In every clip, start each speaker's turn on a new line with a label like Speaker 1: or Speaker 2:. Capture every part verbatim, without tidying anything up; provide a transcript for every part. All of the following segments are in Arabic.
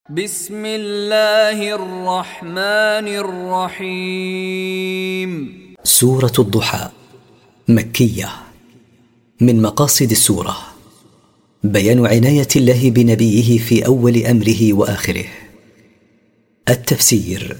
Speaker 1: بسم الله الرحمن الرحيم.
Speaker 2: سورة الضحى مكية. من مقاصد السورة بيان عناية الله بنبيه في أول أمره وآخره. التفسير: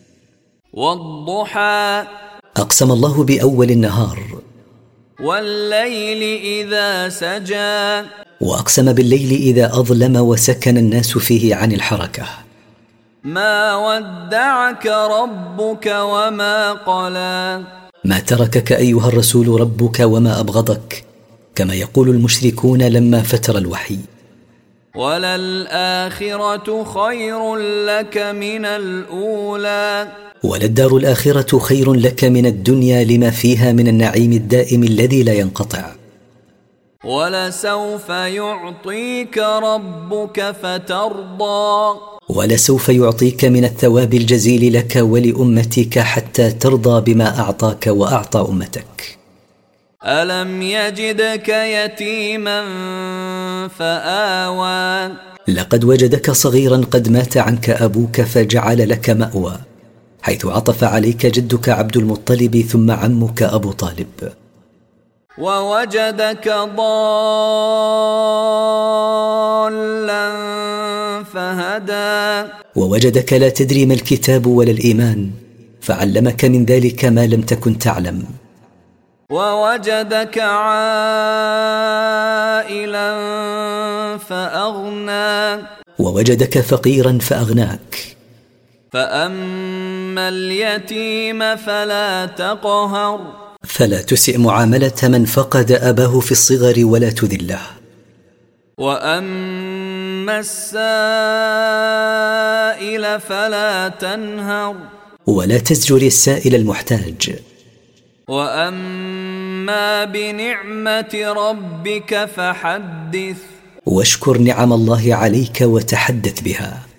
Speaker 1: والضحى
Speaker 2: أقسم الله بأول النهار،
Speaker 1: والليل إذا سجى،
Speaker 2: وأقسم بالليل إذا أظلم وسكن الناس فيه عن الحركة.
Speaker 1: ما ودعك ربك وما قلى،
Speaker 2: ما تركك أيها الرسول ربك وما أبغضك، كما يقول المشركون لما فتر الوحي.
Speaker 1: وللآخرة خير لك من الأولى،
Speaker 2: وللدار الآخرة خير لك من الدنيا لما فيها من النعيم الدائم الذي لا ينقطع.
Speaker 1: ولسوف يعطيك ربك فترضى،
Speaker 2: ولسوف يعطيك من الثواب الجزيل لك ولأمتك حتى ترضى بما أعطاك وأعطى أمتك.
Speaker 1: ألم يجدك يتيما فآوى،
Speaker 2: لقد وجدك صغيرا قد مات عنك أبوك فجعل لك مأوى، حيث عطف عليك جدك عبد المطلب ثم عمك أبو طالب.
Speaker 1: ووجدك ضالا فهدى،
Speaker 2: ووجدك لا تدري ما الكتاب ولا الإيمان فعلمك من ذلك ما لم تكن تعلم.
Speaker 1: ووجدك عائلا فأغنى،
Speaker 2: ووجدك فقيرا فأغناك.
Speaker 1: فأما اليتيم فلا تقهر،
Speaker 2: فلا تسئ معاملة من فقد أباه في الصغر ولا تذله.
Speaker 1: وأما السائل فلا تنهر،
Speaker 2: ولا تزجر السائل المحتاج.
Speaker 1: وأما بنعمة ربك فحدث،
Speaker 2: واشكر نعم الله عليك وتحدث بها.